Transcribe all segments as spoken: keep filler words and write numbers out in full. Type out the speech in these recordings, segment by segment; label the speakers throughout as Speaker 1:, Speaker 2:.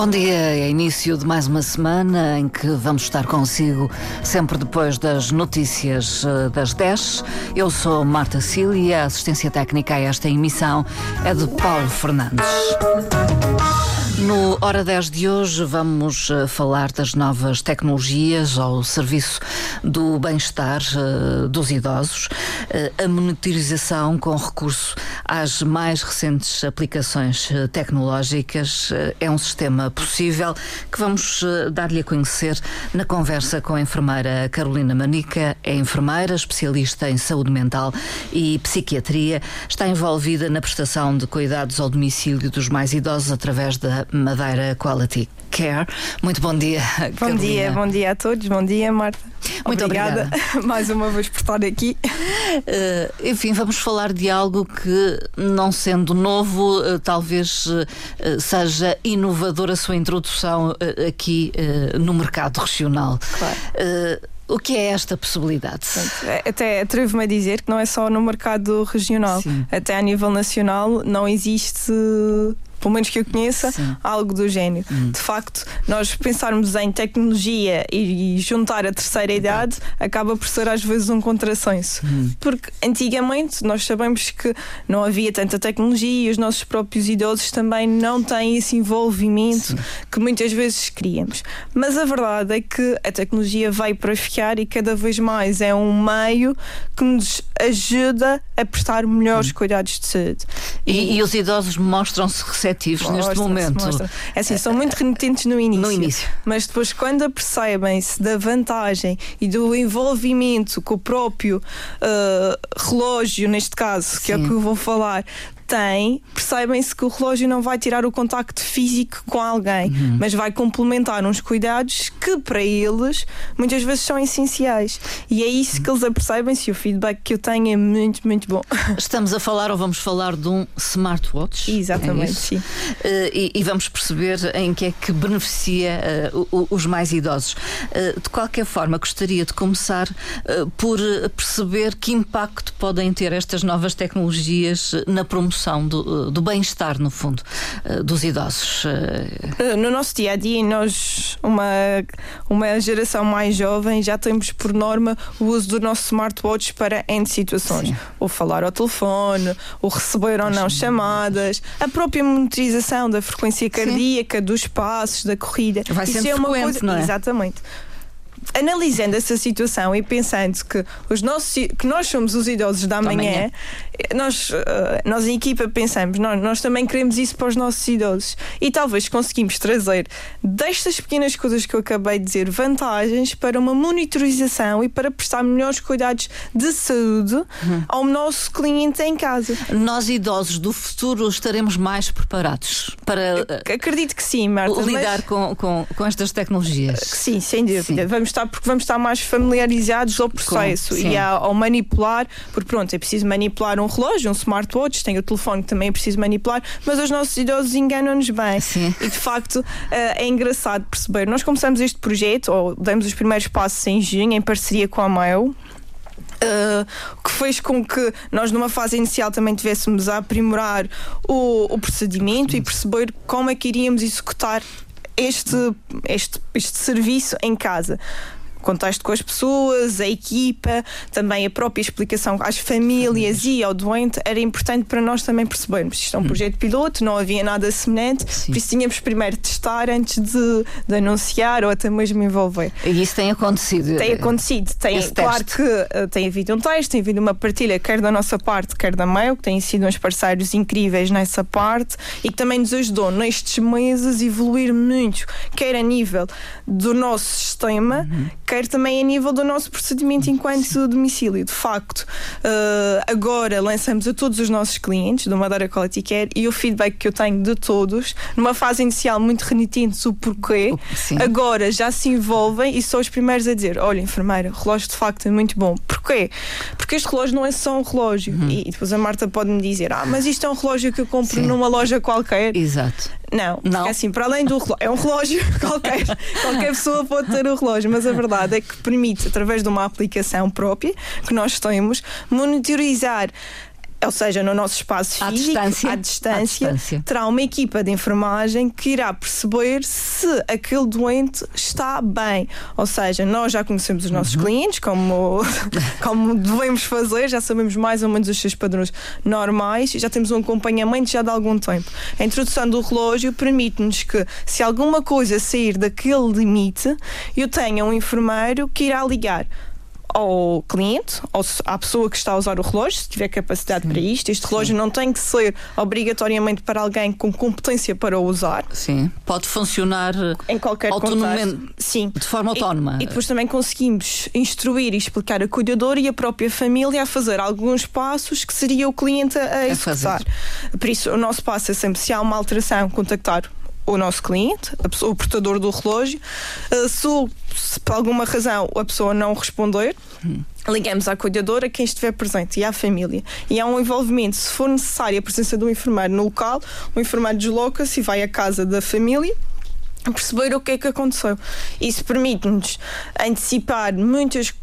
Speaker 1: Bom dia, é início de mais uma semana em que vamos estar consigo sempre depois das notícias das dez. Eu sou Marta Cília e a assistência técnica a esta emissão é de Paulo Fernandes. No Hora dez de hoje vamos uh, falar das novas tecnologias ao serviço do bem-estar uh, dos idosos, uh, a monitorização com recurso às mais recentes aplicações uh, tecnológicas. Uh, é um sistema possível que vamos uh, dar-lhe a conhecer na conversa com a enfermeira Carolina Manica. É enfermeira, especialista em saúde mental e psiquiatria. Está envolvida na prestação de cuidados ao domicílio dos mais idosos através da Madeira Quality Care. Muito bom dia,
Speaker 2: Bom
Speaker 1: Carolina.
Speaker 2: dia, bom dia a todos. Bom dia, Marta.
Speaker 1: Muito
Speaker 2: obrigada,
Speaker 1: obrigada.
Speaker 2: mais uma vez por estar aqui.
Speaker 1: Uh, enfim, vamos falar de algo que, não sendo novo, uh, talvez uh, seja inovador a sua introdução uh, aqui uh, no mercado regional.
Speaker 2: Claro.
Speaker 1: Uh, O que é esta possibilidade?
Speaker 2: Até atrevo-me a dizer que não é só no mercado regional.
Speaker 1: Sim.
Speaker 2: Até a nível nacional não existe, pelo menos que eu conheça, Sim. algo do género. Hum. De facto, nós pensarmos em tecnologia e juntar a terceira idade acaba por ser às vezes um contrassenso. Hum. Porque antigamente nós sabemos que não havia tanta tecnologia e os nossos próprios idosos também não têm esse envolvimento Sim. que muitas vezes queríamos. Mas a verdade é que a tecnologia veio para ficar e cada vez mais é um meio que nos ajuda a prestar melhores hum. cuidados de saúde.
Speaker 1: E, e os idosos mostram-se receptivos mostram neste momento.
Speaker 2: Mostram. É assim, são muito renitentes no início,
Speaker 1: no início,
Speaker 2: mas depois, quando apercebem-se da vantagem e do envolvimento que o próprio uh, relógio, neste caso, Sim. que é o que eu vou falar, tem, percebem-se que o relógio não vai tirar o contacto físico com alguém, uhum. mas vai complementar uns cuidados que para eles muitas vezes são essenciais. E é isso uhum. que eles apercebem-se e o feedback que eu tenho é muito, muito bom.
Speaker 1: Estamos a falar ou vamos falar de um smartwatch?
Speaker 2: Exatamente,
Speaker 1: é
Speaker 2: sim. Uh,
Speaker 1: e, e vamos perceber em que é que beneficia uh, o, os mais idosos. Uh, de qualquer forma, gostaria de começar uh, por perceber que impacto podem ter estas novas tecnologias na promoção Do, do bem-estar, no fundo, dos idosos.
Speaker 2: No nosso dia-a-dia, nós, uma, uma geração mais jovem, já temos por norma o uso do nosso smartwatch para N situações. Sim. O falar ao telefone, o receber ou não chamadas, a própria monitorização da frequência cardíaca, Sim. dos passos, da corrida.
Speaker 1: Vai
Speaker 2: Isso
Speaker 1: sendo
Speaker 2: é uma
Speaker 1: frequente,
Speaker 2: coisa...
Speaker 1: não é?
Speaker 2: Exatamente. Analisando essa situação e pensando que, os nossos, que nós somos os idosos da manhã, manhã. Nós, nós em equipa pensamos, nós, nós também queremos isso para os nossos idosos e talvez conseguimos trazer destas pequenas coisas que eu acabei de dizer vantagens para uma monitorização e para prestar melhores cuidados de saúde hum. ao nosso cliente em casa.
Speaker 1: Nós idosos do futuro estaremos mais preparados para
Speaker 2: acredito que sim, Marta,
Speaker 1: lidar
Speaker 2: mas...
Speaker 1: com, com, com estas tecnologias.
Speaker 2: Sim, sem dúvida. Sim. Vamos estar, porque vamos estar mais familiarizados ao processo
Speaker 1: com,
Speaker 2: e ao, ao manipular, porque pronto, é preciso manipular um relógio, um smartwatch, tem o telefone que também é preciso manipular, mas os nossos idosos enganam-nos bem.
Speaker 1: Sim.
Speaker 2: E de facto é engraçado perceber. Nós começamos este projeto, ou demos os primeiros passos em junho, em parceria com a Mayo. Uh, que fez com que nós numa fase inicial também tivéssemos a aprimorar o, o procedimento e perceber como é que iríamos executar este, este, este serviço em casa. Contacto com as pessoas, a equipa, também a própria explicação às famílias e ao doente, era importante para nós também percebermos. Isto é um projeto piloto, não havia nada semelhante, Sim. por isso tínhamos primeiro de testar antes de, de anunciar ou até mesmo envolver.
Speaker 1: E isso tem acontecido?
Speaker 2: Tem acontecido. Tem, claro que uh, tem havido um teste, tem havido uma partilha, quer da nossa parte, quer da Mayo, que têm sido uns parceiros incríveis nessa parte e que também nos ajudou nestes meses a evoluir muito, quer a nível do nosso sistema, uhum. quer também a nível do nosso procedimento enquanto Sim. domicílio. De facto, uh, agora lançamos a todos os nossos clientes do Madeira Quality Care e o feedback que eu tenho de todos, numa fase inicial muito renitentes o porquê, Sim. agora já se envolvem e são os primeiros a dizer, olha, enfermeira, o relógio de facto é muito bom. Porquê? Porque este relógio não é só um relógio. Uhum. E depois a Marta pode-me dizer, ah, mas isto é um relógio que eu compro Sim. numa loja qualquer.
Speaker 1: Exato.
Speaker 2: Não, não. Assim, para além do relógio, é um relógio qualquer, qualquer pessoa pode ter o relógio, mas a verdade é que permite, através de uma aplicação própria que nós temos, monitorizar ou seja, no nosso espaço
Speaker 1: à
Speaker 2: físico,
Speaker 1: distância,
Speaker 2: à distância,
Speaker 1: à distância,
Speaker 2: terá uma equipa de enfermagem que irá perceber se aquele doente está bem. Ou seja, nós já conhecemos os nossos uhum. clientes, como, como devemos fazer, já sabemos mais ou menos os seus padrões normais e já temos um acompanhamento já de algum tempo. A introdução do relógio permite-nos que, se alguma coisa sair daquele limite, eu tenha um enfermeiro que irá ligar ao cliente, ou à pessoa que está a usar o relógio, se tiver capacidade Sim. para isto. Este relógio Sim. não tem que ser obrigatoriamente para alguém com competência para o usar.
Speaker 1: Sim, pode funcionar
Speaker 2: em qualquer
Speaker 1: contexto, Sim. de forma autónoma.
Speaker 2: E, e depois também conseguimos instruir e explicar a cuidadora e a própria família a fazer alguns passos que seria o cliente a, a executar. Por isso, o nosso passo é sempre, se há uma alteração, contactar o nosso cliente, a pessoa, o portador do relógio. Se, se por alguma razão a pessoa não responder, hum. ligamos à cuidadora, quem estiver presente, e à família. E há um envolvimento. Se for necessária a presença do enfermeiro no local, o enfermeiro desloca-se e vai à casa da família a perceber o que é que aconteceu. Isso permite-nos antecipar muitas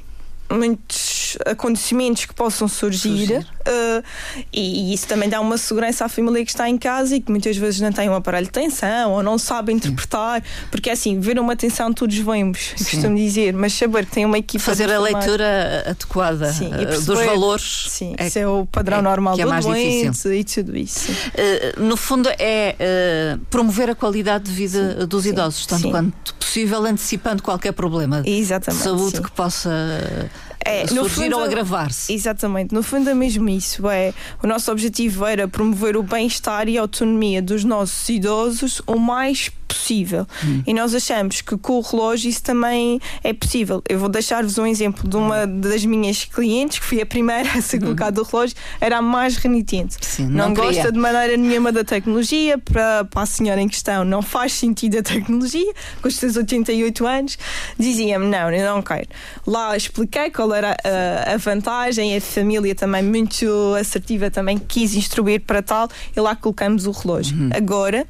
Speaker 2: muitos acontecimentos que possam surgir, surgir. Uh, e, e isso também dá uma segurança à família que está em casa e que muitas vezes não tem um aparelho de tensão ou não sabe interpretar. Sim. Porque assim, ver uma tensão todos vemos, costumo dizer, mas saber que tem uma equipa
Speaker 1: fazer a leitura adequada Sim, uh, perceber, dos valores
Speaker 2: Sim, é, isso é o padrão é, normal
Speaker 1: é
Speaker 2: do
Speaker 1: mais
Speaker 2: doente
Speaker 1: difícil.
Speaker 2: E tudo isso.
Speaker 1: Uh, no fundo é uh, promover a qualidade de vida sim, dos sim, idosos, tanto sim. quanto possível, antecipando qualquer problema
Speaker 2: Exatamente,
Speaker 1: de saúde
Speaker 2: sim.
Speaker 1: que possa
Speaker 2: É,
Speaker 1: surgir
Speaker 2: fundo,
Speaker 1: ou agravar-se.
Speaker 2: Exatamente, no fundo é mesmo isso. É, o nosso objetivo era promover o bem-estar e a autonomia dos nossos idosos o mais possível. Hum. E nós achamos que com o relógio isso também é possível. Eu vou deixar-vos um exemplo de uma das minhas clientes, que foi a primeira a ser colocada do relógio, era a mais renitente.
Speaker 1: Sim,
Speaker 2: não
Speaker 1: não
Speaker 2: gosta de maneira nenhuma da tecnologia. Para, para a senhora em questão não faz sentido a tecnologia, com os seus oitenta e oito anos, dizia-me, não, eu não quero. Lá expliquei qual era a, a vantagem, a família também muito assertiva também quis instruir para tal, e lá colocamos o relógio. Uhum. Agora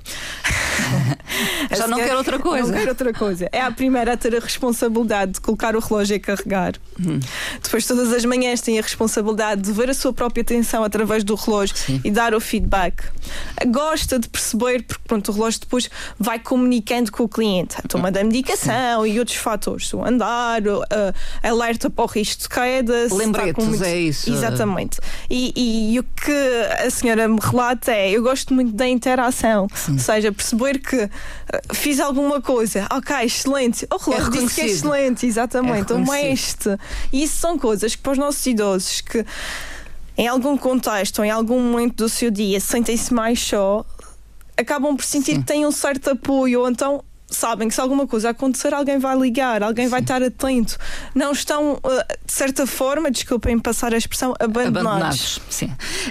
Speaker 1: já não quero outra coisa.
Speaker 2: Não quero outra coisa. É a primeira a ter a responsabilidade de colocar o relógio a carregar. Hum. Depois, todas as manhãs, tem a responsabilidade de ver a sua própria atenção através do relógio Sim. e dar o feedback. Gosta de perceber, porque pronto, o relógio depois vai comunicando com o cliente a toma da medicação Sim. e outros fatores. O andar, uh, alerta para o risco de queda.
Speaker 1: Lembretes, muito... é isso.
Speaker 2: Exatamente. E, e, e o que a senhora me relata é, eu gosto muito da interação. Sim. Ou seja, perceber que uh, fiz alguma coisa, ok, excelente, o relógio é disse que é excelente, exatamente, é o mestre. E isso são coisas que para os nossos idosos que em algum contexto ou em algum momento do seu dia sentem-se mais só, acabam por sentir Sim. que têm um certo apoio, ou então sabem que se alguma coisa acontecer, alguém vai ligar, alguém Sim. vai estar atento. Não estão, de certa forma, desculpem passar a expressão, abandonados. Abandonados,
Speaker 1: sim.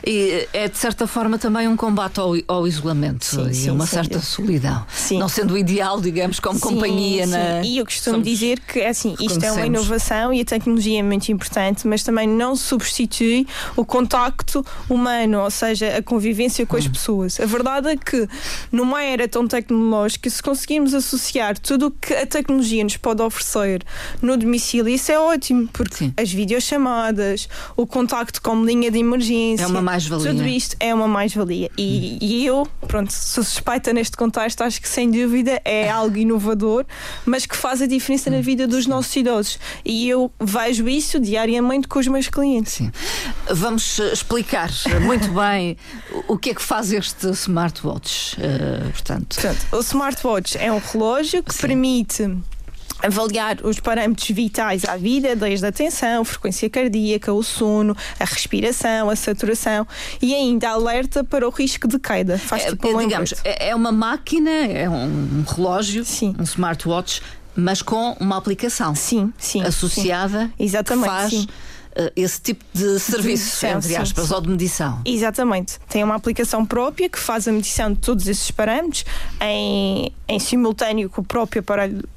Speaker 1: E é, de certa forma, também um combate ao, ao isolamento sim, e sim, uma sim, certa sim. solidão. Sim. Não sendo o ideal, digamos, como sim, companhia.
Speaker 2: Sim.
Speaker 1: Na...
Speaker 2: E eu costumo Somos... dizer que, assim, isto é uma inovação e a tecnologia é muito importante, mas também não substitui o contacto humano, ou seja, a convivência com hum. as pessoas. A verdade é que, numa era tão tecnológica, se conseguirmos associar tudo o que a tecnologia nos pode oferecer no domicílio, isso é ótimo, porque Sim. as videochamadas, o contacto como linha de emergência,
Speaker 1: é uma mais-valia.
Speaker 2: Tudo isto é uma mais-valia. E, hum. e eu, pronto, sou suspeita neste contexto, acho que sem dúvida é algo inovador, mas que faz a diferença hum. na vida dos Sim. nossos idosos. E eu vejo isso diariamente com os meus clientes.
Speaker 1: Sim. Vamos explicar muito bem o que é que faz este smartwatch. Uh, portanto.
Speaker 2: portanto, o smartwatch é um relógio que Sim. permite avaliar os parâmetros vitais à vida, desde a tensão, frequência cardíaca, o sono, a respiração, a saturação, e ainda alerta para o risco de queda. Faz
Speaker 1: é,
Speaker 2: tipo um
Speaker 1: digamos, é uma máquina, é um relógio,
Speaker 2: sim.
Speaker 1: um smartwatch, mas com uma aplicação
Speaker 2: sim, sim,
Speaker 1: associada
Speaker 2: sim. Exatamente,
Speaker 1: que faz
Speaker 2: sim.
Speaker 1: esse tipo de serviço, sim, entre aspas, sim, ou de medição.
Speaker 2: Exatamente. Tem uma aplicação própria que faz a medição de todos esses parâmetros em, em simultâneo com o próprio aparelho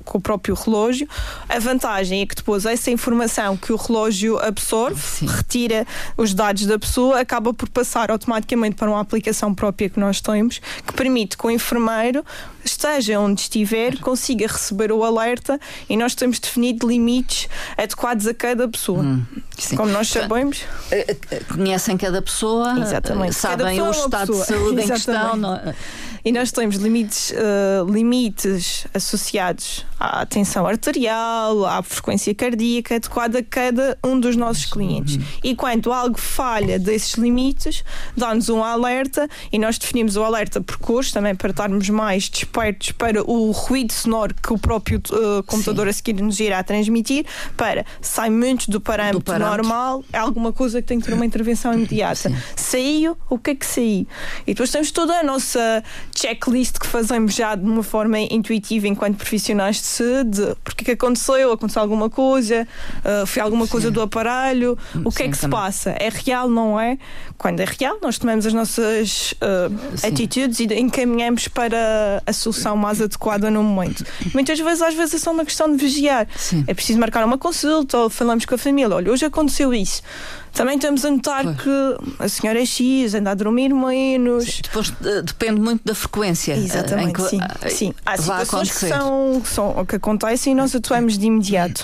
Speaker 2: com o próprio relógio. A vantagem é que depois essa informação que o relógio absorve, Sim. retira os dados da pessoa, acaba por passar automaticamente para uma aplicação própria que nós temos, que permite que o enfermeiro, esteja onde estiver, consiga receber o alerta, e nós temos definido limites adequados a cada pessoa. Hum, Como nós sabemos.
Speaker 1: Conhecem cada pessoa, Exatamente. sabem cada pessoa o estado de saúde em questão. Não...
Speaker 2: E nós temos limites, uh, limites associados à tensão arterial, à frequência cardíaca, adequada a cada um dos nossos clientes. Uhum. E quando algo falha desses limites, dá-nos um alerta, e nós definimos o alerta por cores, também para estarmos mais despertos para o ruído sonoro que o próprio uh, computador Sim. a seguir nos irá transmitir, para sai muito do parâmetro, do parâmetro normal, é alguma coisa que tem que ter uma intervenção imediata. Sim. Saiu, o que é que saiu? E depois temos toda a nossa checklist que fazemos já de uma forma intuitiva enquanto profissionais de saúde. Porque que aconteceu? Aconteceu alguma coisa? Uh, foi alguma Sim. coisa do aparelho? O que Sim, é que também. se passa? É real, não é? Quando é real, nós tomamos as nossas uh, atitudes e encaminhamos para a solução mais adequada no momento. Muitas vezes, às vezes, é só uma questão de vigiar. Sim. É preciso marcar uma consulta, ou falamos com a família. Olha, hoje aconteceu isso. Também estamos a notar pois. que a senhora X anda a dormir menos.
Speaker 1: Depois uh, depende muito da frequência.
Speaker 2: Exatamente,
Speaker 1: que,
Speaker 2: sim. Uh, sim. Há situações que, são, que, são, que acontecem e nós atuamos de imediato.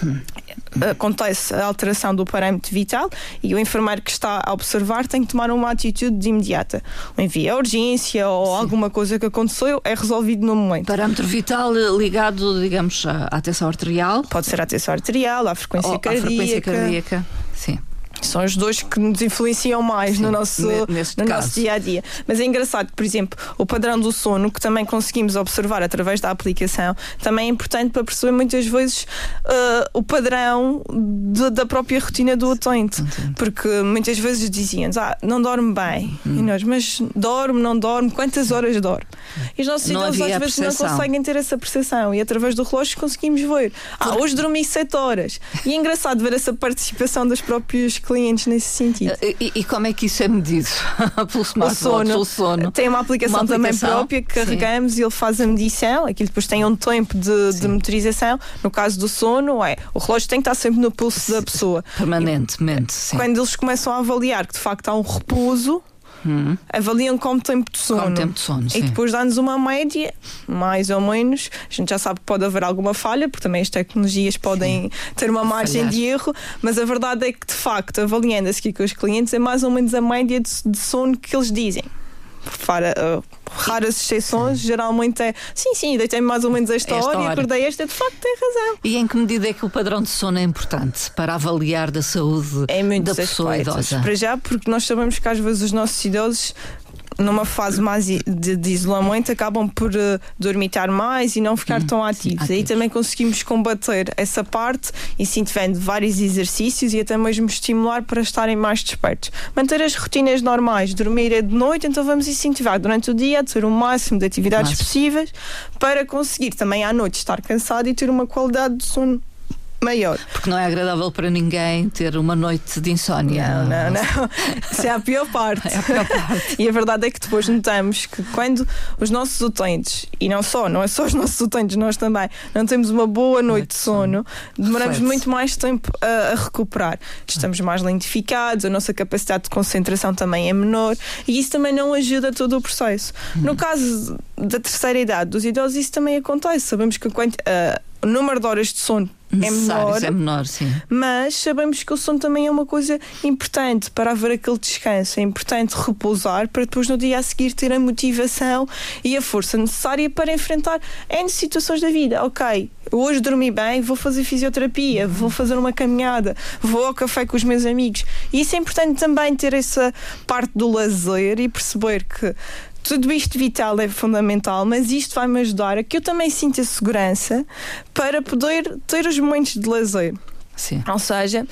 Speaker 2: Acontece a alteração do parâmetro vital e o enfermeiro que está a observar tem que tomar uma atitude de imediata. O envio à urgência ou Sim. alguma coisa que aconteceu é resolvido no momento.
Speaker 1: Parâmetro vital ligado, digamos, à tensão arterial?
Speaker 2: Pode ser à tensão arterial, à frequência ou cardíaca. À frequência cardíaca,
Speaker 1: sim.
Speaker 2: São os dois que nos influenciam mais Sim, no, nosso, no nosso dia a dia. Mas é engraçado que, por exemplo, o padrão do sono, que também conseguimos observar através da aplicação, também é importante para perceber muitas vezes uh, o padrão de, da própria rotina do utente. Entendi. Porque muitas vezes diziam-nos, ah, não dorme bem. Hum. E nós, mas dorme, não dorme, quantas horas dorme? E os nossos idosos às vezes não conseguem ter essa percepção, e através do relógio conseguimos ver. Ah, hoje dormi sete horas. E é engraçado ver essa participação dos próprios clientes nesse sentido.
Speaker 1: E, e como é que isso é medido? Pelo smartphone, pelo sono?
Speaker 2: Tem uma aplicação, uma aplicação também própria que carregamos, Sim. e ele faz a medição. Aquilo depois tem um tempo de, de motorização. No caso do sono, é, o relógio tem que estar sempre no pulso Sim. da pessoa.
Speaker 1: Permanentemente.
Speaker 2: E,
Speaker 1: sim.
Speaker 2: Quando eles começam a avaliar que de facto há um repouso, Hum. avaliam como tempo de sono,
Speaker 1: como tempo de sono
Speaker 2: e depois dá-nos uma média, mais ou menos. A gente já sabe que pode haver alguma falha, porque também as tecnologias podem sim. ter uma margem Falhar. de erro, mas a verdade é que de facto, avaliando a seguir com os clientes, é mais ou menos a média de, de sono que eles dizem. Para uh, raras exceções, sim. geralmente é sim, sim, deitei-me mais ou menos esta, esta hora, hora e acordei esta, de facto tem razão.
Speaker 1: E em que medida é que o padrão de sono é importante para avaliar da saúde
Speaker 2: é
Speaker 1: da pessoa
Speaker 2: aspectos.
Speaker 1: idosa?
Speaker 2: Para já, porque nós sabemos que às vezes os nossos idosos, numa fase mais de, de isolamento, acabam por uh, dormitar mais e não ficar hum, tão ativos. Sim, ativos. Aí também conseguimos combater essa parte, incentivando vários exercícios e até mesmo estimular para estarem mais despertos. Manter as rotinas normais, dormir é de noite, então vamos incentivar durante o dia a ter o máximo de atividades Mas... possíveis para conseguir também à noite estar cansado e ter uma qualidade de sono maior.
Speaker 1: Porque não é agradável para ninguém ter uma noite de insónia.
Speaker 2: Não, não, não. Isso é a pior parte.
Speaker 1: É a pior parte.
Speaker 2: E a verdade é que depois notamos que quando os nossos utentes, e não só, não é só os nossos utentes, nós também, não temos uma boa noite de sono, demoramos Reflete. muito mais tempo a, a recuperar. Estamos mais lentificados, a nossa capacidade de concentração também é menor, e isso também não ajuda todo o processo. Hum. No caso da terceira idade dos idosos, isso também acontece. Sabemos que quando, uh, o número de horas de sono é menor,
Speaker 1: é menor, sim.
Speaker 2: Mas sabemos que o sono também é uma coisa importante para haver aquele descanso. É importante repousar para depois no dia a seguir ter a motivação e a força necessária para enfrentar N situações da vida. Ok, hoje dormi bem, vou fazer fisioterapia, vou fazer uma caminhada, vou ao café com os meus amigos. E isso é importante também, ter essa parte do lazer e perceber que tudo isto vital é fundamental, mas isto vai-me ajudar a que eu também sinta segurança para poder ter os momentos de lazer.
Speaker 1: Sim.
Speaker 2: Ou seja,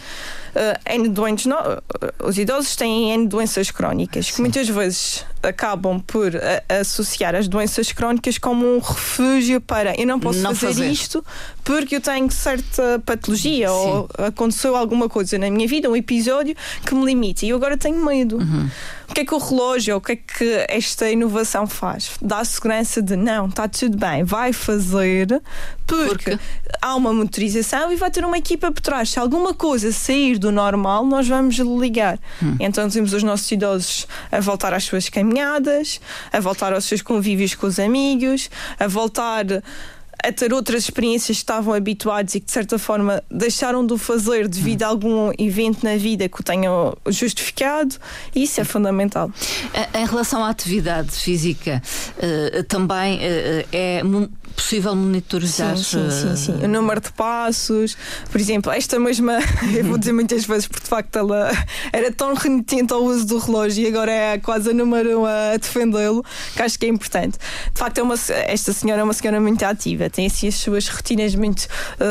Speaker 2: N doentes, no, os idosos têm N doenças crónicas, que muitas vezes acabam por a, associar as doenças crónicas como um refúgio para eu não posso
Speaker 1: não
Speaker 2: fazer, fazer isto porque eu tenho certa patologia. Sim. Ou aconteceu alguma coisa na minha vida, um episódio que me limita e eu agora tenho medo. Uhum. O que é que o relógio, o que é que esta inovação faz? Dá a segurança de não, está tudo bem, vai fazer porque, porque há uma motorização e vai ter uma equipa por trás. Se alguma coisa sair do normal, nós vamos ligar. Hum. Então temos os nossos idosos a voltar às suas caminhadas, a voltar aos seus convívios com os amigos, a voltar a ter outras experiências que estavam habituados e que de certa forma deixaram de o fazer devido a algum evento na vida que o tenham justificado, e isso é fundamental.
Speaker 1: Em relação à atividade física, também é possível monitorizar?
Speaker 2: Sim, sim, sim, sim. O número de passos, por exemplo, esta mesma, eu vou dizer muitas vezes porque de facto ela era tão renitente ao uso do relógio e agora é quase a número um a defendê-lo, que acho que é importante. De facto, é uma, esta senhora é uma senhora muito ativa, tem assim as suas rotinas muito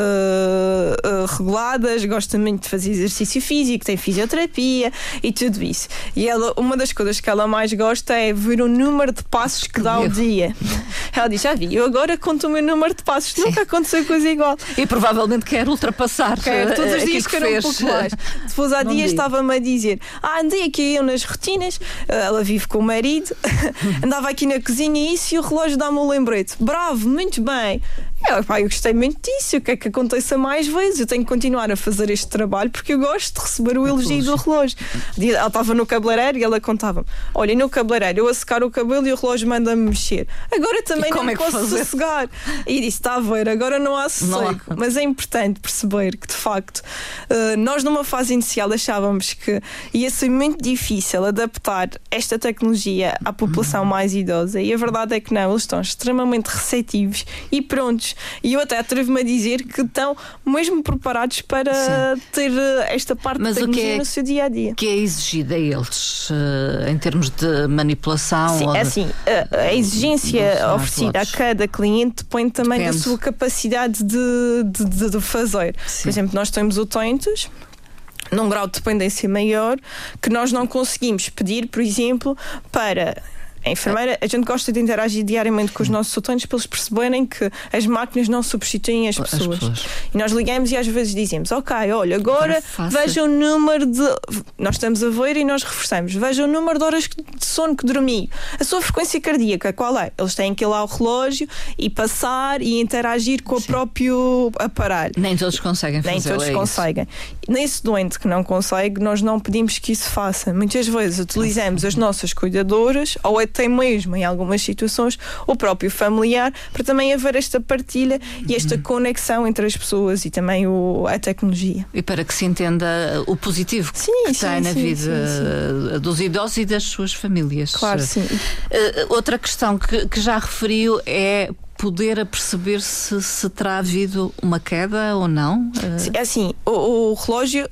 Speaker 2: uh, uh, reguladas, gosta muito de fazer exercício físico, tem fisioterapia e tudo isso. E ela, uma das coisas que ela mais gosta é ver o número de passos que dá ao dia. Ela diz, já vi, eu agora conto o meu número de passos, sim, nunca aconteceu coisa igual.
Speaker 1: E provavelmente quer ultrapassar.
Speaker 2: Quer, todos os dias quer um pouco mais. Depois há dias estava-me a dizer, ah, andei aqui eu nas rotinas, ela vive com o marido, andava aqui na cozinha e isso, e o relógio dá-me um lembrete. Bravo, muito bem. Eu, pá, eu gostei muito disso, eu quero que aconteça mais vezes, eu tenho que continuar a fazer este trabalho porque eu gosto de receber o elogio do relógio. Ela estava no cabeleireiro e ela contava-me, olha, no cabeleireiro eu a secar o cabelo e o relógio manda-me mexer, agora também não é posso sossegar. E disse, está a ver, agora não há sossego. Não. Mas é importante perceber que de facto nós numa fase inicial achávamos que ia ser muito difícil adaptar esta tecnologia à população mais idosa, e a verdade é que não, eles estão extremamente receptivos e prontos. E eu até atrevo-me a dizer que estão mesmo preparados para, sim, ter esta parte da tecnologia é, no seu dia-a-dia.
Speaker 1: O que é exigido a eles uh, em termos de manipulação?
Speaker 2: Sim, é assim, a, a exigência de, oferecida a cada cliente depende também depende. da sua capacidade de, de, de, de fazer. Sim. Por exemplo, nós temos utentes num grau de dependência maior que nós não conseguimos pedir, por exemplo, para... A enfermeira, a gente gosta de interagir diariamente com os nossos utentes para eles perceberem que as máquinas não substituem as pessoas. As pessoas. E nós ligamos e às vezes dizemos, ok, olha, agora, agora veja o número de... Nós estamos a ver e nós reforçamos. Veja o número de horas de sono que dormi. A sua frequência cardíaca, qual é? Eles têm que ir lá ao relógio e passar e interagir com, sim, o próprio aparelho.
Speaker 1: Nem todos conseguem fazer.
Speaker 2: Nem todos
Speaker 1: é
Speaker 2: conseguem. Nesse doente que não consegue, nós não pedimos que isso faça. Muitas vezes utilizamos as nossas cuidadoras ou é tem mesmo, em algumas situações, o próprio familiar, para também haver esta partilha e esta uhum. conexão entre as pessoas e também o, a tecnologia.
Speaker 1: E para que se entenda o positivo sim, que sim, tem na sim, vida sim, sim. dos idosos e das suas famílias.
Speaker 2: Claro, sim.
Speaker 1: Uh, outra questão que, que já referiu é poder aperceber se, se terá havido uma queda ou não?
Speaker 2: Uh... É assim, o, o relógio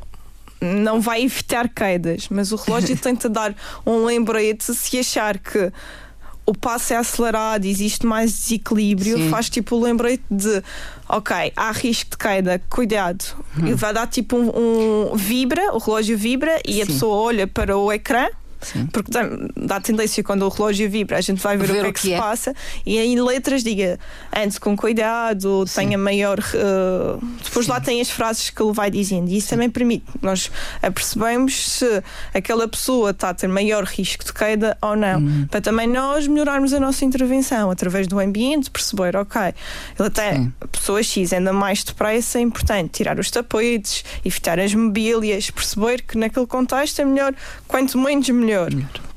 Speaker 2: não vai evitar quedas, mas o relógio tenta dar um lembrete se achar que o passo é acelerado, existe mais desequilíbrio, sim, faz tipo o lembrete de ok, há risco de queda, cuidado. Hum. Ele vai dar tipo um, um vibra, o relógio vibra e sim, a pessoa olha para o ecrã. Sim. Porque dá tendência quando o relógio vibra, a gente vai ver, ver o que é que, que se é. passa e em letras diga ande com cuidado, sim, tenha maior uh, depois sim, lá tem as frases que ele vai dizendo e isso sim, também permite nós apercebemos se aquela pessoa está a ter maior risco de queda ou não, hum. para também nós melhorarmos a nossa intervenção através do ambiente, perceber, ok, ele até sim, a pessoa X anda mais depressa, é importante tirar os tapetes, evitar as mobílias, perceber que naquele contexto é melhor, quanto menos melhor. Melhor.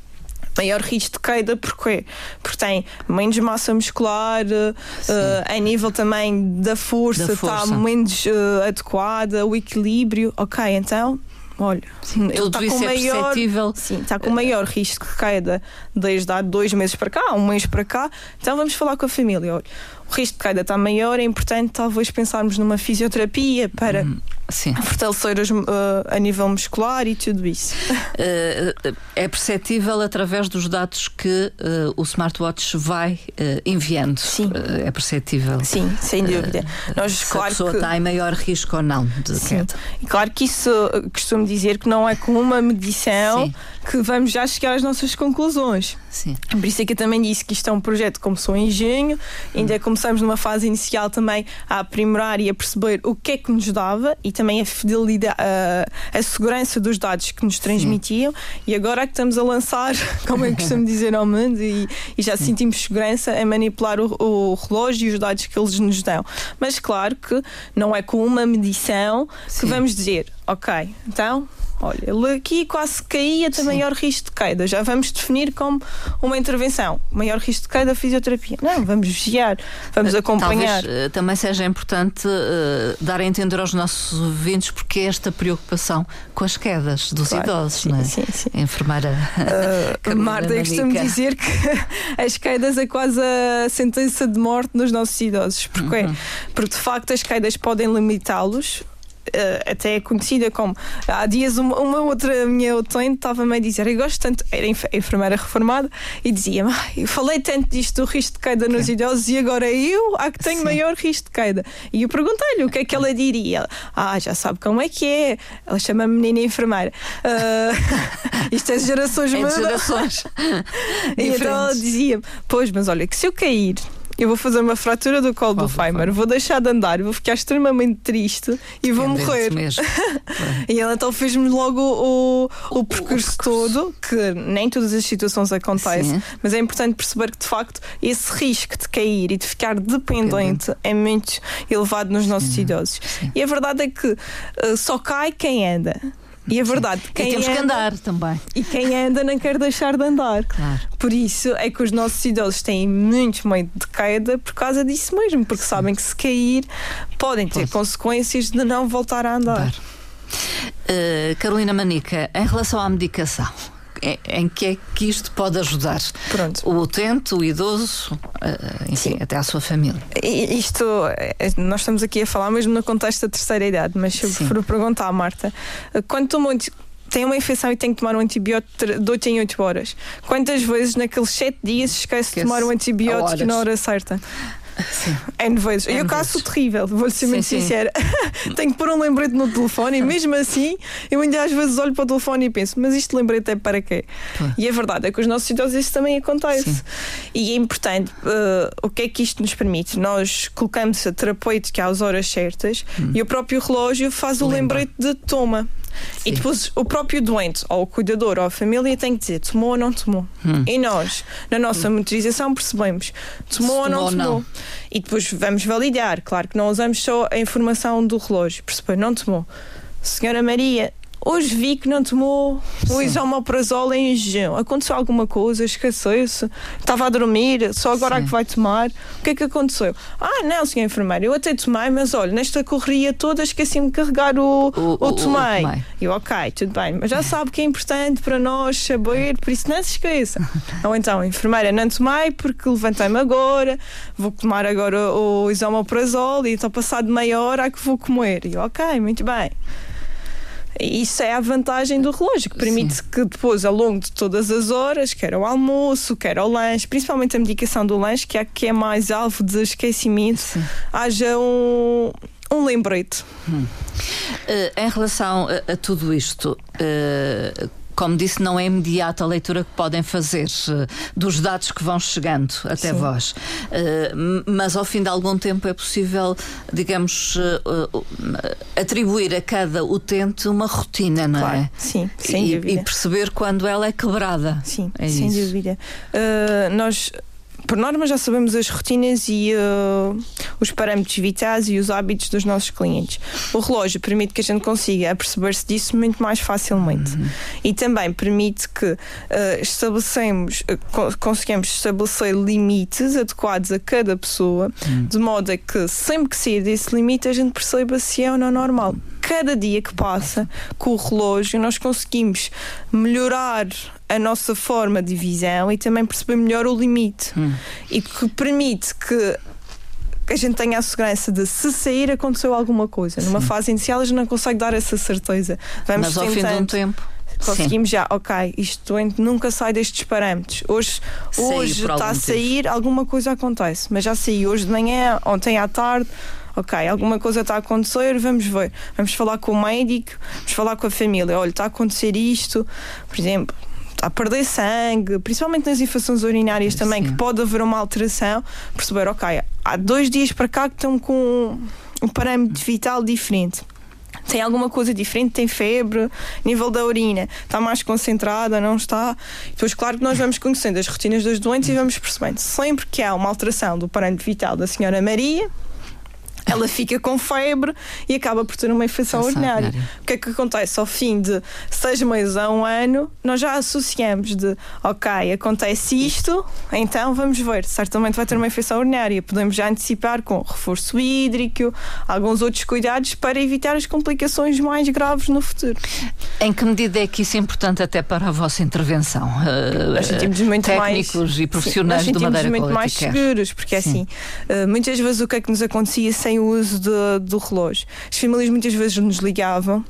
Speaker 2: Maior risco de queda, porquê? Porque tem menos massa muscular, uh, a nível também da força, da força. está menos uh, adequada, o equilíbrio, ok, então olha,
Speaker 1: sim, ele está com, é maior,
Speaker 2: sim, está com maior risco de queda desde há dois meses para cá, um mês para cá, então vamos falar com a família, olha, o risco de queda está maior, é importante talvez pensarmos numa fisioterapia para hum. Sim. Fortalecer os, uh, a nível muscular e tudo isso.
Speaker 1: Uh, é perceptível através dos dados que uh, o smartwatch vai uh, enviando.
Speaker 2: Sim.
Speaker 1: Uh, é perceptível.
Speaker 2: Sim, sem dúvida.
Speaker 1: Uh, Nós, se claro a pessoa que... está em maior risco ou não de
Speaker 2: Sim.
Speaker 1: queda.
Speaker 2: E claro que isso, costumo dizer que não é com uma medição Sim. que vamos já chegar às nossas conclusões.
Speaker 1: Sim.
Speaker 2: Por isso é que eu também disse que isto é um projeto que começou em junho, ainda hum. começamos numa fase inicial também a aprimorar e a perceber o que é que nos dava e também a fidelidade, a, a segurança dos dados que nos transmitiam. Sim. E agora é que estamos a lançar, como eu costumo dizer ao mundo, e, e já Sim. sentimos segurança em manipular o, o relógio e os dados que eles nos dão. Mas claro que não é com uma medição Sim. que vamos dizer, ok, então... Olha, ele aqui quase caía, tem maior risco de queda. Já vamos definir como uma intervenção. Maior risco de queda, fisioterapia. Não, vamos vigiar, vamos acompanhar.
Speaker 1: Talvez uh, também seja importante uh, dar a entender aos nossos ouvintes porque é esta preocupação com as quedas dos claro, idosos,
Speaker 2: sim,
Speaker 1: não é?
Speaker 2: Sim, sim.
Speaker 1: A enfermeira
Speaker 2: uh, Marta, eu costumo dizer que as quedas é quase a sentença de morte nos nossos idosos. Porquê? Uhum. Porque de facto as quedas podem limitá-los. Uh, até é conhecida como há dias uma, uma outra minha utente estava-me a dizer, eu gosto tanto, era enfermeira reformada e dizia-me, ah, eu falei tanto disto do risco de queda nos okay. idosos e agora eu há que tenho Sim. maior risco de queda. E eu perguntei-lhe o que é que ela diria. Ah, já sabe como é que é. Ela chama-me menina enfermeira. Uh, isto é gerações
Speaker 1: é gerações
Speaker 2: E então ela dizia-me, pois, mas olha, que se eu cair eu vou fazer uma fratura do colo do fémur, vou deixar de andar, vou ficar extremamente triste e vou morrer.
Speaker 1: Mesmo.
Speaker 2: E ela então fez-me logo o, o, o percurso o todo, que nem todas as situações acontecem, Sim. mas é importante perceber que de facto esse risco de cair e de ficar dependente Dependente. é muito elevado nos nossos Sim. idosos. Sim. E a verdade é que uh, só cai quem anda. E a verdade, quem
Speaker 1: e temos
Speaker 2: anda,
Speaker 1: que andar também.
Speaker 2: E quem anda não quer deixar de andar.
Speaker 1: Claro.
Speaker 2: Por isso é que os nossos idosos têm muito medo de queda por causa disso mesmo, porque Sim. sabem que se cair podem ter Pode. consequências de não voltar a andar.
Speaker 1: Uh, Carolina Manica, em relação à medicação, em que é que isto pode ajudar?
Speaker 2: Pronto.
Speaker 1: O utente, o idoso, enfim, Sim. até a sua família.
Speaker 2: Isto, nós estamos aqui a falar mesmo no contexto da terceira idade, mas se eu for perguntar à Marta, quando tomou tem uma infecção e tem que tomar um antibiótico de oito em oito horas, quantas vezes naqueles sete dias esquece, esquece de tomar um antibiótico na hora certa?
Speaker 1: Sim.
Speaker 2: N vezes. E eu caso terrível, vou-lhe ser sim, muito sim. sincera. Tenho que pôr um lembrete no telefone e mesmo assim eu ainda às vezes olho para o telefone e penso, mas isto lembrete é para quê? Pô. E a verdade é que os nossos idosos isso também acontece. Sim. E é importante, uh, o que é que isto nos permite? Nós colocamos a terapêutica às horas certas hum. e o próprio relógio faz o Lembra. lembrete de toma. Sim. E depois o próprio doente, ou o cuidador, ou a família tem que dizer tomou ou não tomou. Hum. E nós, na nossa hum. monitorização, percebemos tomou ou não tomou. Não. E depois vamos validar. Claro que não usamos só a informação do relógio. Perceber, não tomou. Senhora Maria, hoje vi que não tomou o isomeprazol em jejum. Aconteceu alguma coisa? Esqueceu-se? Estava a dormir? Só agora é que vai tomar? O que é que aconteceu? Ah, não, senhora enfermeira, eu até tomei, mas olha, nesta correria toda esqueci-me de carregar o, o, o, o tomei. O, e eu, ok, tudo bem, mas já sabe que é importante para nós saber, por isso não se esqueça. Ou então, enfermeira, não tomei porque levantei-me agora, vou tomar agora o, o isomeprazol e então passado meia hora é que vou comer. E eu, ok, muito bem. Isso é a vantagem do relógio, que permite Sim. que depois, ao longo de todas as horas, quer ao almoço, quer ao lanche, principalmente a medicação do lanche, que é, que é mais alvo de esquecimento, Sim. haja um, um lembrete. Hum.
Speaker 1: Uh, em relação a, a tudo isto, uh, como disse, não é imediata a leitura que podem fazer uh, dos dados que vão chegando até Sim. vós. Uh, mas ao fim de algum tempo é possível, digamos, uh, uh, atribuir a cada utente uma rotina, não
Speaker 2: claro.
Speaker 1: é?
Speaker 2: Sim, sem
Speaker 1: e,
Speaker 2: dúvida.
Speaker 1: E perceber quando ela é quebrada.
Speaker 2: Sim,
Speaker 1: é
Speaker 2: sem
Speaker 1: isso.
Speaker 2: dúvida. Uh, nós... Por norma já sabemos as rotinas e uh, os parâmetros vitais e os hábitos dos nossos clientes. O relógio permite que a gente consiga aperceber-se disso muito mais facilmente. Uhum. E também permite que uh, estabelecemos, uh, conseguimos estabelecer limites adequados a cada pessoa, uhum. de modo a que sempre que sair desse limite a gente perceba se é ou não normal. Cada dia que passa com o relógio nós conseguimos melhorar a nossa forma de visão e também perceber melhor o limite hum. e que permite que que a gente tenha a segurança de, se sair, aconteceu alguma coisa. Sim. Numa fase inicial a gente não consegue dar essa certeza.
Speaker 1: Vamos Mas ao tentando, fim de um tempo
Speaker 2: conseguimos Sim. já, ok, isto doente nunca sai destes parâmetros. Hoje, hoje está a sair, tempo. Alguma coisa acontece, mas já saiu hoje de manhã, ontem à tarde. Ok, alguma coisa está a acontecer, vamos ver. Vamos falar com o médico, vamos falar com a família. Olha, está a acontecer isto, por exemplo, está a perder sangue, principalmente nas infecções urinárias também, Sim. que pode haver uma alteração. Perceber, ok, há dois dias para cá que estão com um parâmetro vital diferente. Tem alguma coisa diferente, tem febre, nível da urina, está mais concentrada, não está? Depois, claro que nós vamos conhecendo as rotinas dos doentes e vamos percebendo. Sempre que há uma alteração do parâmetro vital da senhora Maria, ela fica com febre e acaba por ter uma infecção urinária. urinária. O que é que acontece? Ao fim de seis meses a um ano, nós já associamos de, ok, acontece isto, então vamos ver, certamente vai ter uma infecção urinária. Podemos já antecipar com reforço hídrico, alguns outros cuidados para evitar as complicações mais graves no futuro.
Speaker 1: Em que medida é que isso é importante até para a vossa intervenção? Uh,
Speaker 2: nós sentimos muito
Speaker 1: técnicos
Speaker 2: mais,
Speaker 1: e profissionais
Speaker 2: sim,
Speaker 1: de Madeira
Speaker 2: muito
Speaker 1: Quality
Speaker 2: mais
Speaker 1: Care.
Speaker 2: seguros, porque sim. assim, uh, muitas vezes o que é que nos acontecia sem o uso de, do relógio? As famílias muitas vezes nos ligavam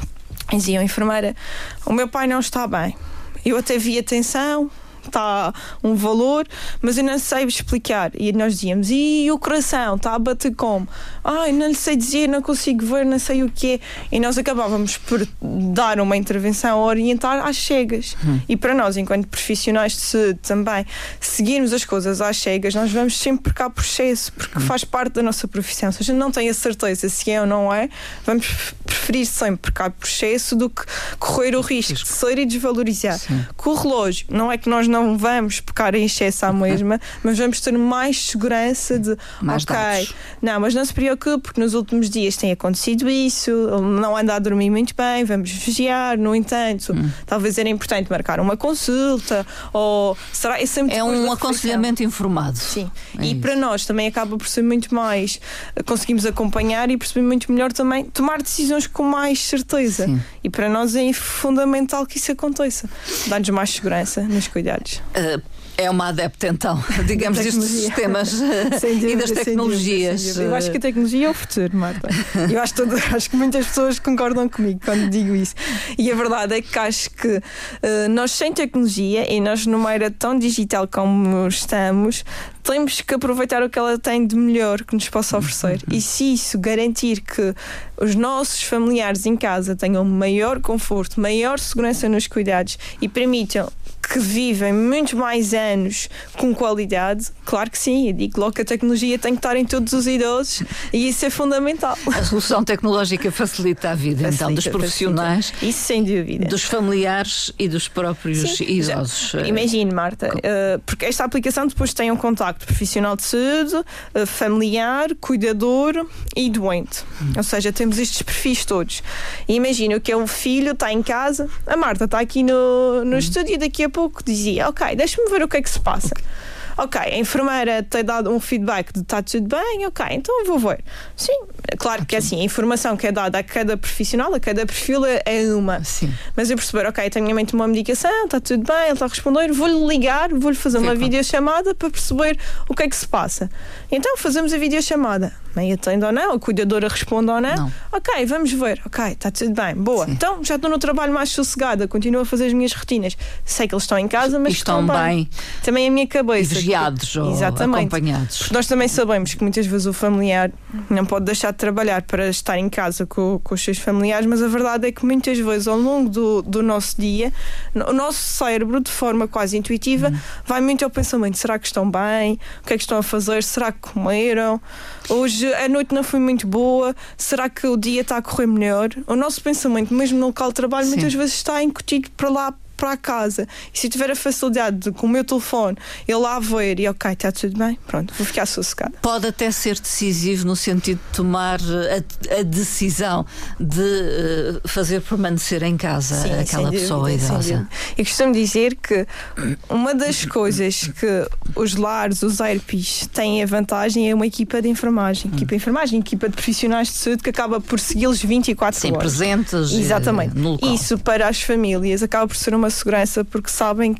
Speaker 2: e diziam, enfermeira, o meu pai não está bem, eu até vi atenção, está um valor, mas eu não sei explicar. E nós dizíamos, e o coração está a bater como? Ai, não lhe sei dizer, não consigo ver, não sei o que é. E nós acabávamos por dar uma intervenção a orientar às cegas. Hum. E para nós, enquanto profissionais de saúde também, seguirmos as coisas às cegas, nós vamos sempre por cá por excesso, porque hum. faz parte da nossa profissão. Se a gente não tem a certeza se é ou não é, vamos preferir sempre por cá por excesso do que correr o risco de ser e desvalorizar. Sim. Com o relógio, não é que nós não vamos pecar em excesso à mesma, mas vamos ter mais segurança de,
Speaker 1: mais
Speaker 2: ok,
Speaker 1: dados.
Speaker 2: Não, mas não se preocupe, porque nos últimos dias tem acontecido isso, não anda a dormir muito bem, vamos vigiar. No entanto, hum. talvez era importante marcar uma consulta, ou será é sempre
Speaker 1: é um aconselhamento informado.
Speaker 2: Sim,
Speaker 1: é
Speaker 2: e
Speaker 1: isso.
Speaker 2: Para nós também acaba por ser muito mais, conseguimos acompanhar e perceber muito melhor também, tomar decisões com mais certeza. Sim. E para nós é fundamental que isso aconteça, dar-nos mais segurança nos cuidados.
Speaker 1: Uh, é uma adepta então, digamos, destes sistemas dúvida, e das tecnologias.
Speaker 2: Sem dúvida, sem dúvida. Eu acho que a tecnologia é o futuro, Marta. Eu acho, todo, acho que muitas pessoas concordam comigo quando digo isso. E a verdade é que acho que uh, nós sem tecnologia, e nós numa era tão digital como estamos, temos que aproveitar o que ela tem de melhor que nos possa oferecer. E se isso garantir que os nossos familiares em casa tenham maior conforto, maior segurança nos cuidados e permitam que vivem muito mais anos com qualidade, claro que sim, eu digo logo que a tecnologia tem que estar em todos os idosos e isso é fundamental.
Speaker 1: A solução tecnológica facilita a vida facilita, então dos profissionais,
Speaker 2: facilita. Isso sem dúvida,
Speaker 1: dos familiares e dos próprios sim, idosos.
Speaker 2: Imagine, Marta, uh, porque esta aplicação depois tem um contacto profissional de saúde, uh, familiar, cuidador e doente. Hum. Ou seja, temos estes perfis todos. E imagina que é o filho, está em casa, a Marta está aqui no, no hum. estúdio e daqui a pouco dizia, ok, deixa-me ver o que é que se passa. Okay. Ok, a enfermeira tem dado um feedback de está tudo bem, ok, então eu vou ver. Sim, claro okay. que é assim, a informação que é dada a cada profissional, a cada perfil é uma. Sim. Mas eu perceber, ok, tenho em mente uma medicação, está tudo bem, ele está a responder, vou-lhe ligar, vou-lhe fazer Sim, uma claro. videochamada para perceber o que é que se passa. Então fazemos a videochamada. Meio atende ou não, a cuidadora responde ou não. não. Ok, vamos ver. Ok, está tudo bem, boa. Sim. Então já estou no trabalho mais sossegada, continuo a fazer as minhas rotinas. Sei que eles estão em casa, mas
Speaker 1: estão, estão bem. bem.
Speaker 2: Também a minha cabeça.
Speaker 1: Vigiados ou
Speaker 2: Exatamente.
Speaker 1: acompanhados.
Speaker 2: Porque nós também sabemos que muitas vezes o familiar não pode deixar de trabalhar para estar em casa com, com os seus familiares, mas a verdade é que muitas vezes ao longo do, do nosso dia, o nosso cérebro, de forma quase intuitiva, hum. vai muito ao pensamento: será que estão bem? O que é que estão a fazer? Será que comeram? Hoje a noite não foi muito boa, será que o dia está a correr melhor? O nosso pensamento, mesmo no local de trabalho, Sim. muitas vezes está incutido para lá, para a casa. E se eu tiver a facilidade de, com o meu telefone, eu lá ver e ok, está tudo bem, pronto, vou ficar sossegada.
Speaker 1: Pode até ser decisivo no sentido de tomar a, a decisão de uh, fazer permanecer em casa Sim, aquela pessoa dúvida, idosa.
Speaker 2: Eu costumo dizer que uma das coisas que os lares, os A R P Is têm a vantagem é uma equipa de enfermagem, hum. equipa de enfermagem, equipa de profissionais de saúde que acaba por segui-los vinte e quatro
Speaker 1: Sim,
Speaker 2: horas.
Speaker 1: presentes.
Speaker 2: Exatamente.
Speaker 1: No local.
Speaker 2: Isso para as famílias acaba por ser uma segurança, porque sabem que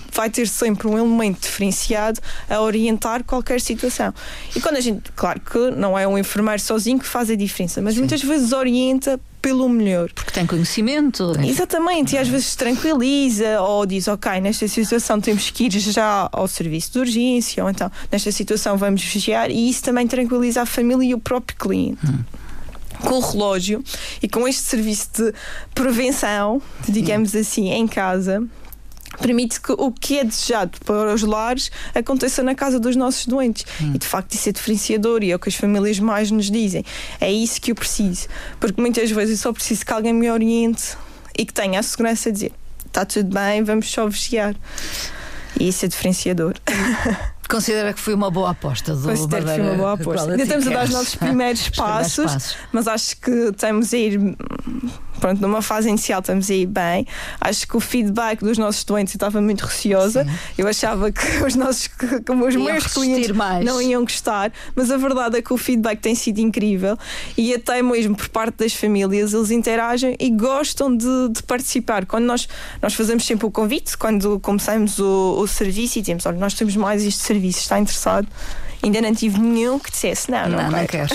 Speaker 2: vai ter sempre um elemento diferenciado a orientar qualquer situação. E quando a gente, claro que não é um enfermeiro sozinho que faz a diferença, mas Sim. muitas vezes orienta pelo melhor.
Speaker 1: Porque tem conhecimento.
Speaker 2: Exatamente, e às vezes tranquiliza ou diz, ok, nesta situação temos que ir já ao serviço de urgência, ou então nesta situação vamos vigiar, e isso também tranquiliza a família e o próprio cliente. Hum. Com o relógio e com este serviço de prevenção, digamos Sim. assim, em casa, permite que o que é desejado para os lares aconteça na casa dos nossos doentes. Hum. E de facto isso é diferenciador e é o que as famílias mais nos dizem. É isso que eu preciso. Porque muitas vezes eu só preciso que alguém me oriente e que tenha a segurança de dizer, está tudo bem, vamos só vigiar. E isso é diferenciador.
Speaker 1: Considera que foi uma boa aposta do
Speaker 2: Considero que foi uma boa aposta. Ainda estamos a dar os nossos primeiros passos, primeiros passos, mas acho que estamos a ir, pronto, numa fase inicial estamos a ir bem. Acho que o feedback dos nossos doentes, eu estava muito receosa. Sim. Eu achava que os nossos, que, que os meus clientes mais. não iam gostar, mas a verdade é que o feedback tem sido incrível e até mesmo por parte das famílias eles interagem e gostam de, de participar. Quando nós, nós fazemos sempre o convite, quando começamos o, o serviço e dizemos, olha, nós temos mais este serviço, está interessado? Ainda não tive nenhum que dissesse não, não,
Speaker 1: não quero.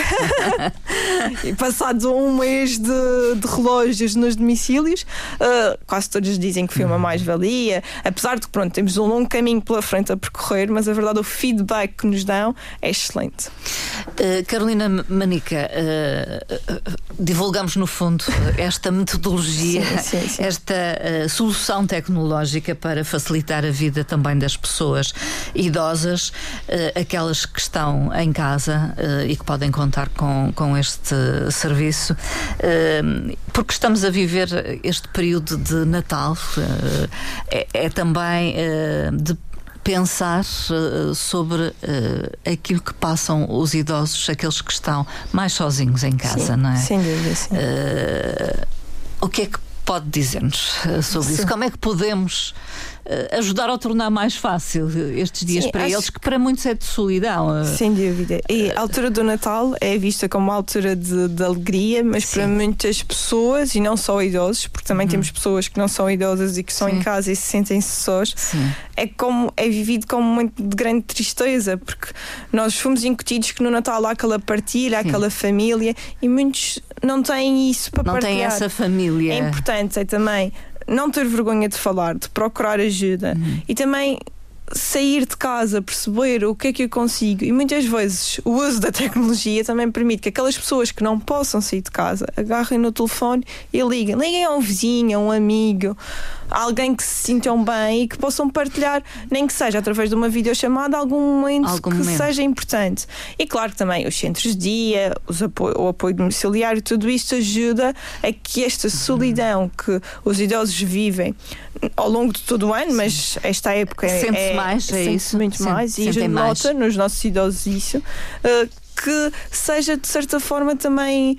Speaker 2: E passados um mês de, de relógios nos domicílios, uh, quase todos dizem que foi uma mais-valia, apesar de que pronto, temos um longo caminho pela frente a percorrer, mas a verdade o feedback que nos dão é excelente.
Speaker 1: uh, Carolina Manica, uh, uh, divulgamos no fundo esta metodologia, sim, sim, sim. esta uh, solução tecnológica para facilitar a vida também das pessoas idosas, uh, aquelas que estão em casa uh, e que podem contar com, com este serviço, uh, porque estamos a viver este período de Natal, uh, é, é também uh, de pensar uh, sobre uh, aquilo que passam os idosos, aqueles que estão mais sozinhos em casa,
Speaker 2: sim,
Speaker 1: não é?
Speaker 2: Sem dúvida, sim.
Speaker 1: Uh, o que é que pode dizer-nos sobre sim. isso? Como é que podemos ajudar a tornar mais fácil estes dias Sim, para eles, que para muitos é de solidão?
Speaker 2: Sem dúvida. E a altura do Natal é vista como uma altura de, de alegria, mas Sim. para muitas pessoas, e não só idosos, porque também uhum. temos pessoas que não são idosas e que estão Sim. em casa e se sentem sós, é, como, é vivido como um momento de grande tristeza, porque nós fomos incutidos que no Natal há aquela partilha, Sim. aquela família, e muitos não têm isso para
Speaker 1: não
Speaker 2: partilhar.
Speaker 1: Não têm essa família.
Speaker 2: É importante, é também não ter vergonha de falar, de procurar ajuda uhum. e também sair de casa, perceber o que é que eu consigo. E muitas vezes o uso da tecnologia também permite que aquelas pessoas que não possam sair de casa agarrem no telefone e liguem. Liguem a um vizinho, a um amigo, a alguém que se sintam bem e que possam partilhar, nem que seja através de uma videochamada, algum momento algum que momento. seja importante. E claro que também os centros de dia, os apoio, o apoio domiciliário, tudo isto ajuda a que esta solidão que os idosos vivem ao longo de todo o ano, Sim. mas esta época é,
Speaker 1: sente-se mais, é
Speaker 2: sente-se
Speaker 1: isso?
Speaker 2: muito
Speaker 1: Sente,
Speaker 2: mais e a gente nota nos nossos idosos isso, uh, que seja de certa forma também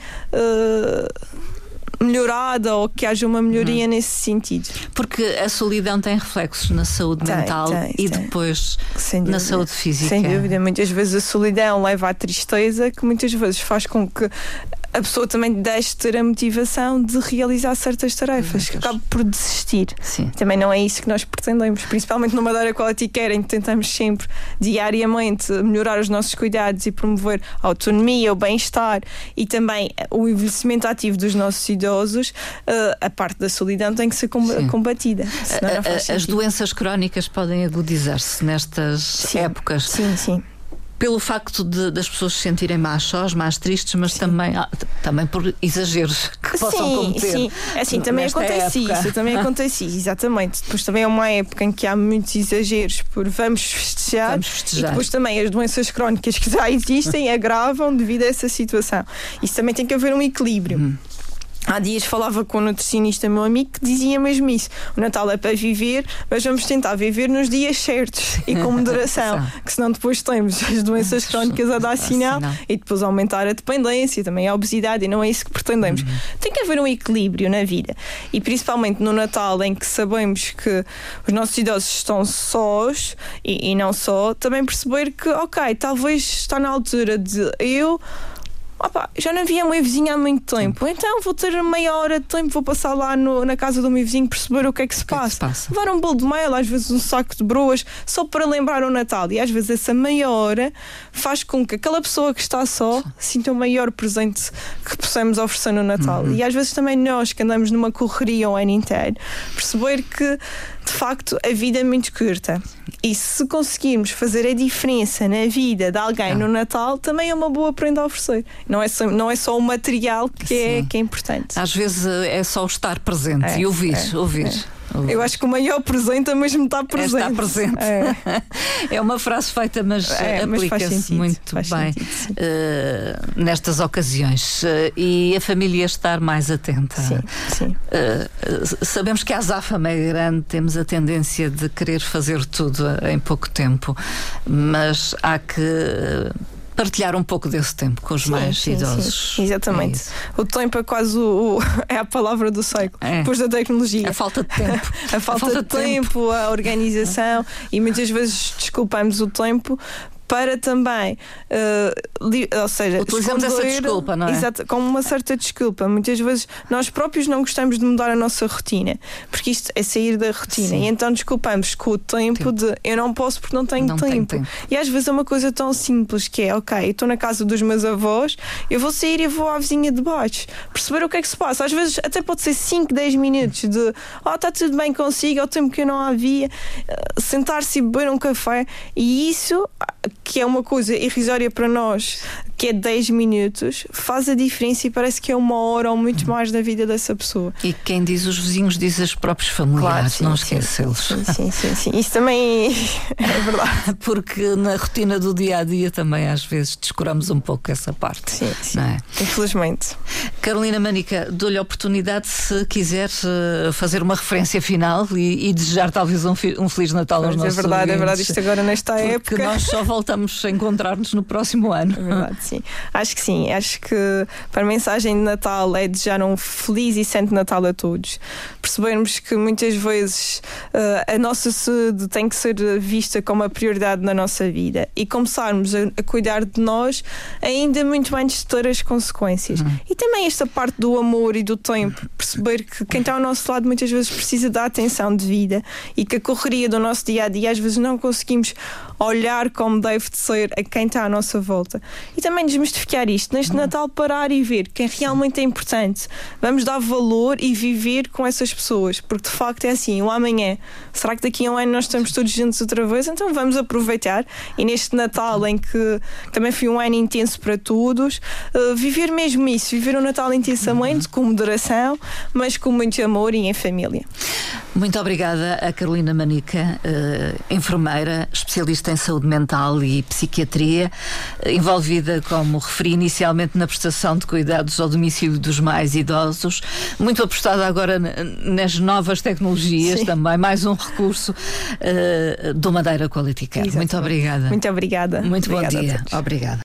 Speaker 2: uh, melhorada ou que haja uma melhoria hum. nesse sentido.
Speaker 1: Porque a solidão tem reflexos na saúde tem, mental tem, e tem. depois na saúde física.
Speaker 2: Sem dúvida, muitas vezes a solidão leva à tristeza, que muitas vezes faz com que a pessoa também deixe de ter a motivação de realizar certas tarefas, que acaba por desistir.
Speaker 1: Sim.
Speaker 2: Também não é isso que nós pretendemos, principalmente no Madeira Quality Care, em que tentamos sempre, diariamente, melhorar os nossos cuidados e promover a autonomia, o bem-estar e também o envelhecimento ativo dos nossos idosos. A parte da solidão tem que ser combatida. Senão não faz sentido.
Speaker 1: As doenças crónicas podem agudizar-se nestas sim. épocas.
Speaker 2: Sim, sim.
Speaker 1: Pelo facto de, das pessoas se sentirem mais sós, mais tristes, mas também, ah, também por exageros que possam
Speaker 2: sim,
Speaker 1: cometer.
Speaker 2: Sim, assim, também acontece época. isso, também acontece isso, exatamente. Depois também é uma época em que há muitos exageros por vamos festejar,
Speaker 1: vamos festejar.
Speaker 2: E depois também as doenças crónicas que já existem agravam devido a essa situação. Isso também tem que haver um equilíbrio. Hum. Há dias falava com um nutricionista meu amigo que dizia mesmo isso. O Natal é para viver, mas vamos tentar viver nos dias certos e com moderação, que senão depois temos as doenças crónicas a dar sinal e depois aumentar a dependência, também a obesidade, e não é isso que pretendemos. Uhum. Tem que haver um equilíbrio na vida e principalmente no Natal, em que sabemos que os nossos idosos estão sós e, e não só, também perceber que ok, talvez está na altura de eu opa, já não via a minha vizinha há muito tempo, então vou ter meia hora de tempo, vou passar lá no, na casa do meu vizinho, perceber o que é que se, que passa. É que se passa. Levar um bolo de mel, às vezes um saco de broas, só para lembrar o Natal. E às vezes essa meia hora faz com que aquela pessoa que está só sinta o maior presente que possamos oferecer no Natal. Uhum. E às vezes também nós que andamos numa correria o ano inteiro, perceber que de facto a vida é muito curta. E se conseguirmos fazer a diferença na vida de alguém é. no Natal, também é uma boa prenda a oferecer. Não é só, não é só o material que é, que é importante.
Speaker 1: Às vezes é só o estar presente é, e ouvir, é, ouvir. É.
Speaker 2: Eu acho que o maior presente é mesmo estar presente.
Speaker 1: É estar presente. É, é uma frase feita, mas é, aplica-se muito bem sentido, uh, nestas ocasiões. Uh, e a família estar mais atenta.
Speaker 2: Sim, sim.
Speaker 1: Uh, sabemos que a azáfama é grande, temos a tendência de querer fazer tudo em pouco tempo, mas há que partilhar um pouco desse tempo com os sim, mais sim, idosos.
Speaker 2: Sim. Exatamente. É o tempo é quase o, o, é a palavra do século, é. depois da tecnologia.
Speaker 1: A falta de tempo.
Speaker 2: a, falta a falta de, de tempo, tempo, a organização, e muitas vezes desculpamos o tempo para também, uh, li, ou seja,
Speaker 1: utilizamos essa desculpa, não é?
Speaker 2: Exato, com uma certa desculpa. Muitas vezes nós próprios não gostamos de mudar a nossa rotina, porque isto é sair da rotina. Sim. E então desculpamos com o tempo, tempo de eu não posso porque não tenho, não tempo. tenho tempo. E às vezes é uma coisa tão simples que é, ok, eu estou na casa dos meus avós, eu vou sair e vou à vizinha de baixo, perceber o que é que se passa. Às vezes até pode ser cinco, dez minutos de oh, está tudo bem consigo, ao tempo que eu não havia, uh, sentar-se e beber um café, e isso, que é uma coisa irrisória para nós, que é dez minutos, faz a diferença e parece que é uma hora ou muito mais na vida dessa pessoa.
Speaker 1: E quem diz os vizinhos diz os próprios familiares, claro, sim, não esquecê-los.
Speaker 2: Sim, sim, sim, sim. Isso também é verdade.
Speaker 1: Porque na rotina do dia a dia também às vezes descuramos um pouco essa parte.
Speaker 2: Sim, sim.
Speaker 1: Não é?
Speaker 2: Infelizmente.
Speaker 1: Carolina Manica, dou-lhe a oportunidade, se quiser, fazer uma referência final e, e desejar talvez um, fi, um Feliz Natal aos
Speaker 2: Mas
Speaker 1: nossos
Speaker 2: É verdade,
Speaker 1: ouvintes,
Speaker 2: é verdade, isto agora nesta
Speaker 1: porque
Speaker 2: época.
Speaker 1: Porque nós só voltamos a encontrar-nos no próximo ano.
Speaker 2: É verdade, sim. Acho que sim. Acho que para a mensagem de Natal é desejar um feliz e santo Natal a todos. Percebermos que muitas vezes uh, a nossa saúde tem que ser vista como a prioridade na nossa vida e começarmos a, a cuidar de nós ainda muito antes de ter as consequências. Uhum. E também esta parte do amor e do tempo. Perceber que quem está ao nosso lado muitas vezes precisa da atenção devida e que a correria do nosso dia-a-dia às vezes não conseguimos olhar como deve de ser a quem está à nossa volta. E também desmistificar isto. Neste Natal parar e ver quem realmente é importante. Vamos dar valor e viver com essas pessoas. Porque de facto é assim, o amanhã, será que daqui a um ano nós estamos todos juntos outra vez? Então vamos aproveitar. E neste Natal em que também foi um ano intenso para todos, uh, viver mesmo isso. Viver um Natal intensamente, com moderação, mas com muito amor e em família.
Speaker 1: Muito obrigada a Carolina Manica, uh, enfermeira, especialista em saúde mental e psiquiatria, envolvida, como referi inicialmente, na prestação de cuidados ao domicílio dos mais idosos, muito apostada agora nas novas tecnologias. Sim. Também, mais um recurso uh, do Madeira Quality Care. Muito obrigada.
Speaker 2: Muito obrigada.
Speaker 1: Muito
Speaker 2: obrigada
Speaker 1: bom dia. Obrigada.